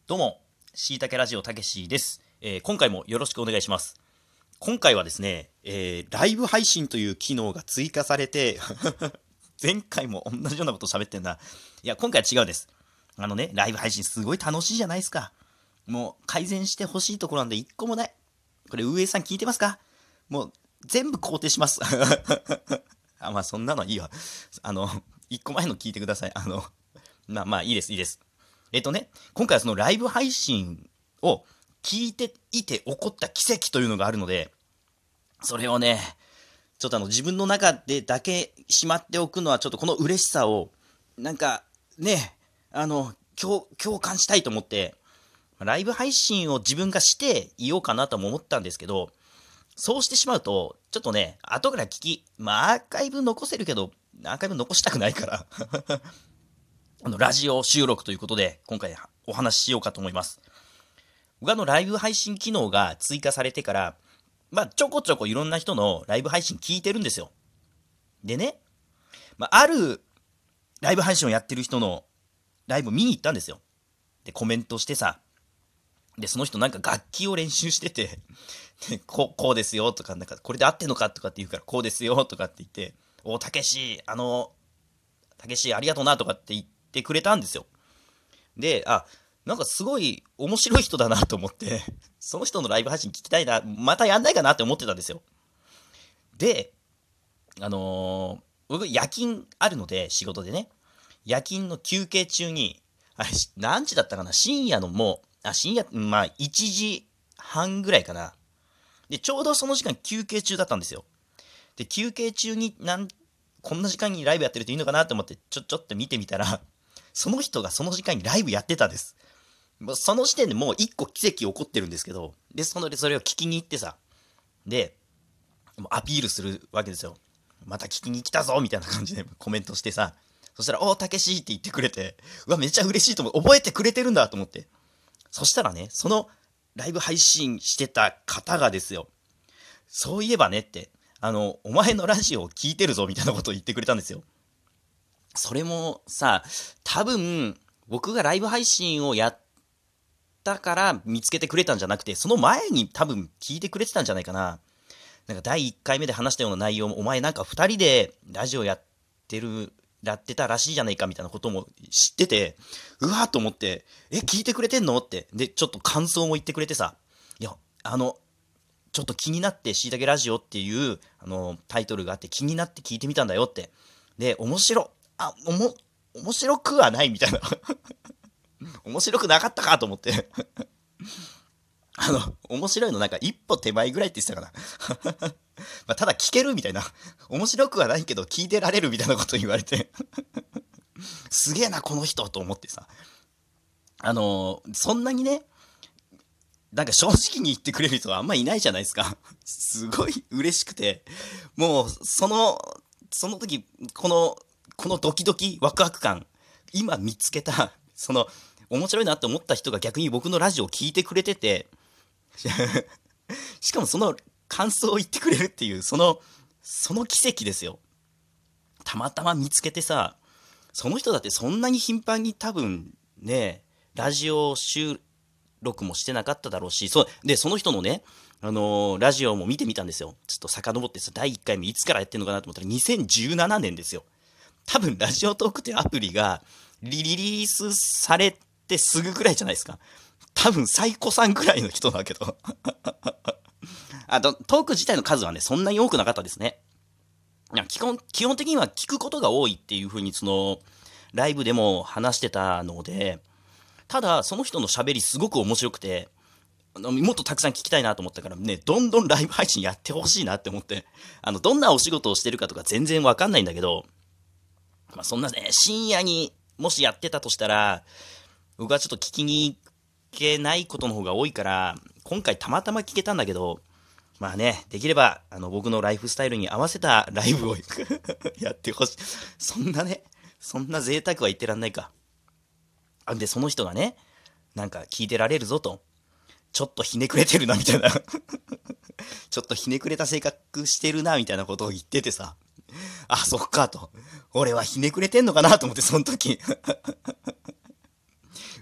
どうも、しいたけラジオたけしです。今回もよろしくお願いします。今回はですね、ライブ配信という機能が追加されて前回も同じようなこと喋ってんな。いや、今回は違うんです。ライブ配信すごい楽しいじゃないですか。もう改善してほしいところなんで一個もない。これ運営さん聞いてますか？もう全部肯定しますまあそんなのいいわ。一個前の聞いてください。まあいいです、いいです。今回はそのライブ配信を聞いていて起こった奇跡というのがあるので、それをね、ちょっと自分の中でだけしまっておくのはちょっとこの嬉しさを、なんかね、共感したいと思って、ライブ配信を自分がしていようかなとも思ったんですけど、そうしてしまうと、ちょっとね、後からアーカイブ残せるけど、アーカイブ残したくないからラジオ収録ということで、今回お話ししようかと思います。僕ライブ配信機能が追加されてから、ちょこちょこいろんな人のライブ配信聞いてるんですよ。でね、あるライブ配信をやってる人のライブ見に行ったんですよ。で、コメントしてさ、で、その人なんか楽器を練習してて、こうですよとか、なんかこれで合ってんのかとかって言うから、こうですよとかって言って、たけしたけしありがとうなとかって言ってくれたんですよ。で、なんかすごい面白い人だなと思って、その人のライブ配信聞きたいな、またやんないかなって思ってたんですよ。で、僕夜勤あるので、仕事でね、夜勤の休憩中に、何時だったかな、深夜の深夜、1時半ぐらいかな。で、ちょうどその時間休憩中だったんですよ。で、休憩中にこんな時間にライブやってるといいのかなと思って、ちょっと見てみたら、その人がその時間にライブやってたんです。その時点でもう一個奇跡起こってるんですけど、で、それを聞きに行ってさ、で、アピールするわけですよ。また聞きに来たぞみたいな感じでコメントしてさ、そしたら、たけしって言ってくれて、うわ、めっちゃ嬉しいと思う。覚えてくれてるんだと思って。そしたらね、そのライブ配信してた方がですよ、そういえばねって、お前のラジオを聞いてるぞみたいなことを言ってくれたんですよ。それもさ、多分、僕がライブ配信をやったから見つけてくれたんじゃなくて、その前に多分聞いてくれてたんじゃないかな。なんか第1回目で話したような内容も、お前なんか2人でラジオやってたらしいじゃないかみたいなことも知ってて、うわーと思って、聞いてくれてんのって。で、ちょっと感想も言ってくれてさ、いや、ちょっと気になって、しいたけラジオっていう、タイトルがあって気になって聞いてみたんだよって。で、面白くはないみたいな。面白くなかったかと思って面白いのなんか一歩手前ぐらいって言ってたかなただ聞けるみたいな。面白くはないけど聞いてられるみたいなこと言われてすげえな、この人と思ってさ。そんなにね、なんか正直に言ってくれる人はあんまいないじゃないですか。すごい嬉しくて、もう、その時、このドキドキ、ワクワク感、今見つけた、面白いなって思った人が逆に僕のラジオを聞いてくれてて、しかもその感想を言ってくれるっていう、その奇跡ですよ。たまたま見つけてさ、その人だってそんなに頻繁に多分ね、ラジオ収録もしてなかっただろうし、その人のね、ラジオも見てみたんですよ。ちょっと遡ってさ、第1回目いつからやってんのかなと思ったら2017年ですよ。多分ラジオトークってアプリがリリースされてすぐぐらいじゃないですか。多分最古さんぐらいの人だけどトーク自体の数はね、そんなに多くなかったですね。基本的には聞くことが多いっていう風にライブでも話してたので、ただその人の喋りすごく面白くて、もっとたくさん聞きたいなと思ったからね、どんどんライブ配信やってほしいなって思って、どんなお仕事をしてるかとか全然わかんないんだけど、そんなね、深夜にもしやってたとしたら、僕はちょっと聞きに行けないことの方が多いから、今回たまたま聞けたんだけど、できれば、僕のライフスタイルに合わせたライブをやってほしい。そんな贅沢は言ってらんないか。で、その人がね、なんか聞いてられるぞと。ちょっとひねくれてるな、みたいな。ちょっとひねくれた性格してるな、みたいなことを言っててさ。そっかと。俺はひねくれてんのかなと思って、その時。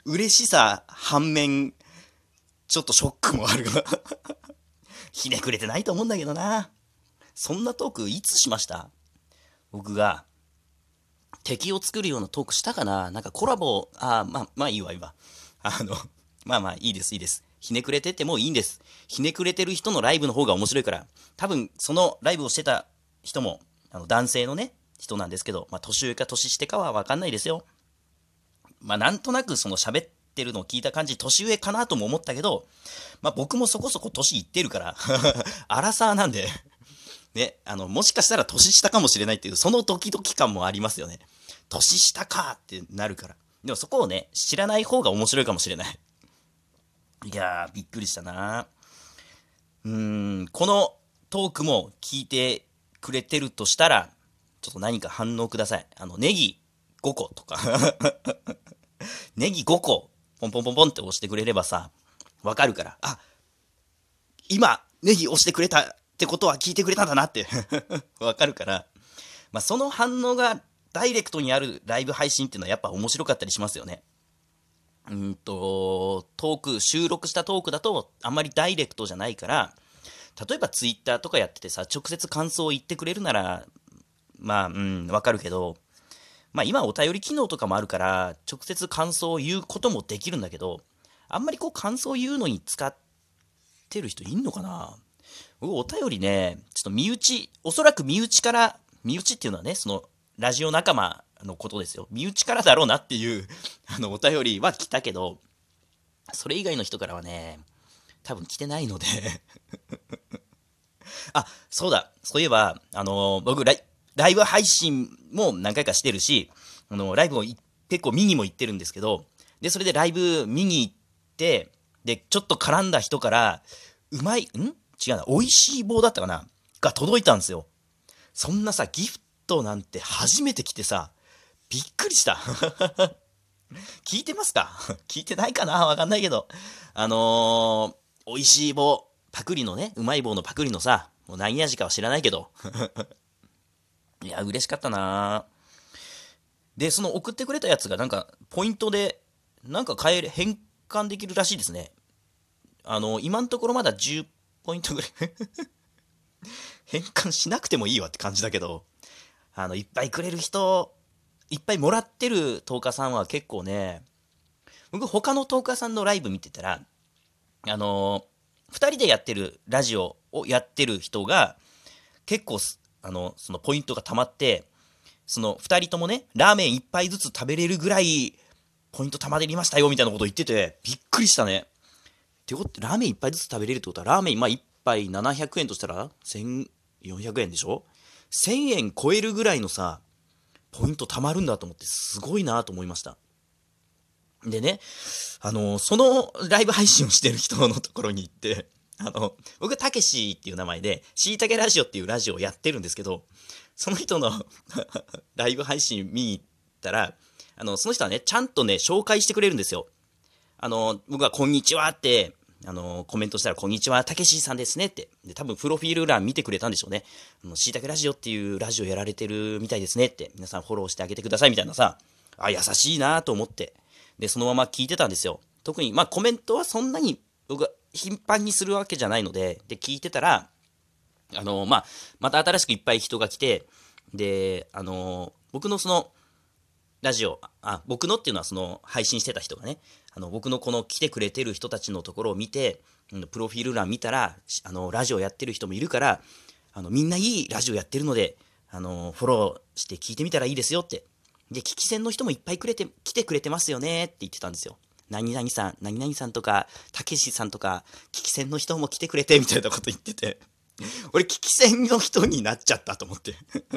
嬉しさ反面、ちょっとショックもあるがひねくれてないと思うんだけどな。そんなトークいつしました？僕が敵を作るようなトークしたかな。なんかコラボ、まあいいわいいわ。まあいいですいいです。ひねくれててもいいんです。ひねくれてる人のライブの方が面白いから。多分そのライブをしてた人も男性のね人なんですけど、年上か年下かは分かんないですよ。なんとなくその喋ってるのを聞いた感じ年上かなとも思ったけど、僕もそこそこ年いってるからアラサーなんでね、もしかしたら年下かもしれないっていうそのドキドキ感もありますよね。年下かってなるから。でもそこをね知らない方が面白いかもしれない。いやーびっくりしたな。このトークも聞いてくれてるとしたらちょっと何か反応ください。ネギ5個とかネギ5個ポンポンポンポンって押してくれればさわかるから、今ネギ押してくれたってことは聞いてくれたんだなってわかるから、その反応がダイレクトにあるライブ配信っていうのはやっぱ面白かったりしますよね。トーク収録したトークだとあんまりダイレクトじゃないから、例えばツイッターとかやっててさ直接感想を言ってくれるならわかるけど、今お便り機能とかもあるから直接感想を言うこともできるんだけど、あんまりこう感想を言うのに使ってる人いんのかな。僕お便りねちょっと身内、おそらく身内っていうのはねそのラジオ仲間のことですよ。身内からだろうなっていうお便りは来たけど、それ以外の人からはね多分来てないのでそうだ、そういえば僕ライブ配信も何回かしてるし、ライブも結構見にも行ってるんですけど、でそれでライブ見に行って、でちょっと絡んだ人からうまい違うな、美味しい棒だったかなが届いたんですよ。そんなさギフトなんて初めて来てさびっくりした聞いてますか聞いてないかなわかんないけど、美味しい棒パクリのね、うまい棒のパクリのさ、もう何味かは知らないけどいや嬉しかったな。でその送ってくれたやつがなんかポイントでなんか変換できるらしいですね。今のところまだ10ポイントぐらい変換しなくてもいいわって感じだけど、いっぱいくれる人、いっぱいもらってるトーカーさんは結構ね、僕他のトーカーさんのライブ見てたら、2人でやってるラジオをやってる人が結構そのポイントが溜まって、その2人ともねラーメン1杯ずつ食べれるぐらいポイント溜まりましたよみたいなこと言っててびっくりしたね。ってことラーメン1杯ずつ食べれるってことはラーメン1杯700円としたら1400円でしょ。1000円超えるぐらいのさポイント貯まるんだと思ってすごいなと思いました。でねそのライブ配信をしてる人のところに行って僕たけしっていう名前でしいたけラジオっていうラジオをやってるんですけど、その人のライブ配信見に行ったらその人はねちゃんとね紹介してくれるんですよ。僕がこんにちはってコメントしたらこんにちはたけしさんですねって、で多分プロフィール欄見てくれたんでしょうね。しいたけラジオっていうラジオやられてるみたいですねって、皆さんフォローしてあげてくださいみたいなさ、優しいなと思って、でそのまま聞いてたんですよ。特にコメントはそんなに僕が頻繁にするわけじゃないので、聞いてたらまた新しくいっぱい人が来て、で僕のそのラジオ僕のっていうのはその配信してた人がね、僕のこの来てくれてる人たちのところを見て、プロフィール欄見たらラジオやってる人もいるから、みんないいラジオやってるのでフォローして聞いてみたらいいですよって、で聞き戦の人もいっぱい来てくれてますよねって言ってたんですよ。何々さん何々さんとかたけしさんとか聞き戦の人も来てくれてみたいなこと言ってて俺聞き戦の人になっちゃったと思って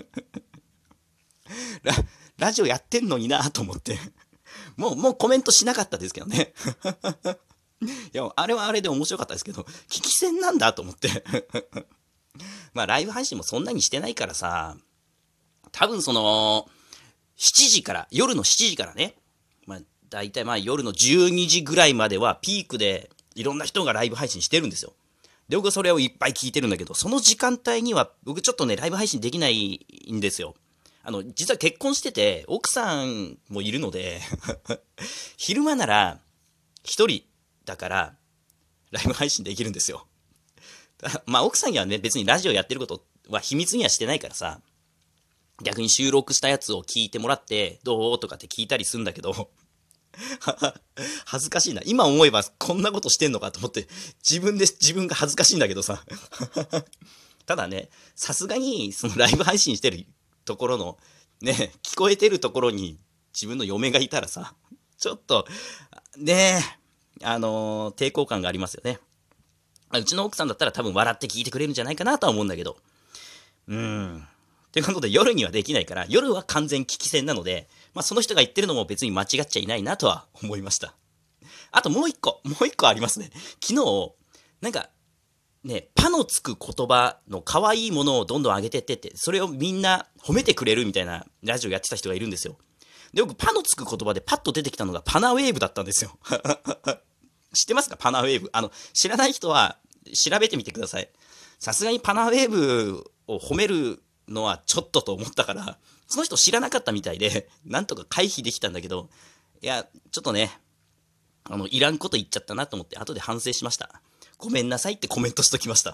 ラジオやってんのになと思ってもうコメントしなかったですけどねいやあれはあれで面白かったですけど、聞き戦なんだと思ってライブ配信もそんなにしてないからさ、多分その7時から夜の7時からね、だいたい夜の12時ぐらいまではピークでいろんな人がライブ配信してるんですよ。で僕はそれをいっぱい聞いてるんだけど、その時間帯には僕ちょっとねライブ配信できないんですよ。 実は結婚してて、奥さんもいるので、昼間なら一人だから、ライブ配信できるんですよ。まあ奥さんにはね、別にラジオやってることは秘密にはしてないからさ、逆に収録したやつを聞いてもらって、どうとかって聞いたりするんだけど、恥ずかしいな。今思えばこんなことしてんのかと思って、自分が恥ずかしいんだけどさ。ただね、さすがにそのライブ配信してるところの、ね、聞こえてるところに自分の嫁がいたらさ、ちょっと、ね抵抗感がありますよね。うちの奥さんだったら多分笑って聞いてくれるんじゃないかなとは思うんだけど。ということで夜にはできないから、夜は完全危機戦なので、まあその人が言ってるのも別に間違っちゃいないなとは思いました。あともう一個ありますね。昨日、なんか、ね、パのつく言葉の可愛いものをどんどん上げてってって、それをみんな褒めてくれるみたいなラジオやってた人がいるんですよ。で、僕パのつく言葉でパッと出てきたのがパナウェーブだったんですよ。知ってますかパナウェーブ。知らない人は調べてみてください。さすがにパナウェーブを褒めるのはちょっとと思ったから、その人知らなかったみたいで、なんとか回避できたんだけど、いや、ちょっとね、いらんこと言っちゃったなと思って、後で反省しました。ごめんなさいってコメントしときました。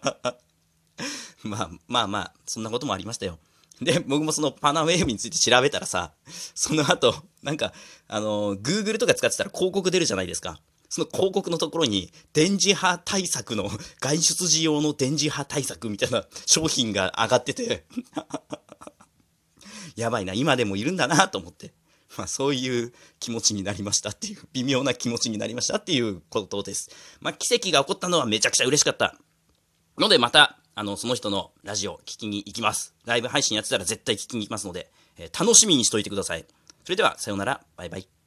まあ、そんなこともありましたよ。で、僕もそのパナウェーブについて調べたらさ、その後、なんか、Google とか使ってたら広告出るじゃないですか。その広告のところに、電磁波対策の、外出時用の電磁波対策みたいな商品が上がってて、やばいな、今でもいるんだなと思って。まあそういう気持ちになりましたっていう、微妙な気持ちになりましたっていうことです。まあ奇跡が起こったのはめちゃくちゃ嬉しかったので、また、その人のラジオ聞きに行きます。ライブ配信やってたら絶対聞きに行きますので、楽しみにしといてください。それでは、さようなら、バイバイ。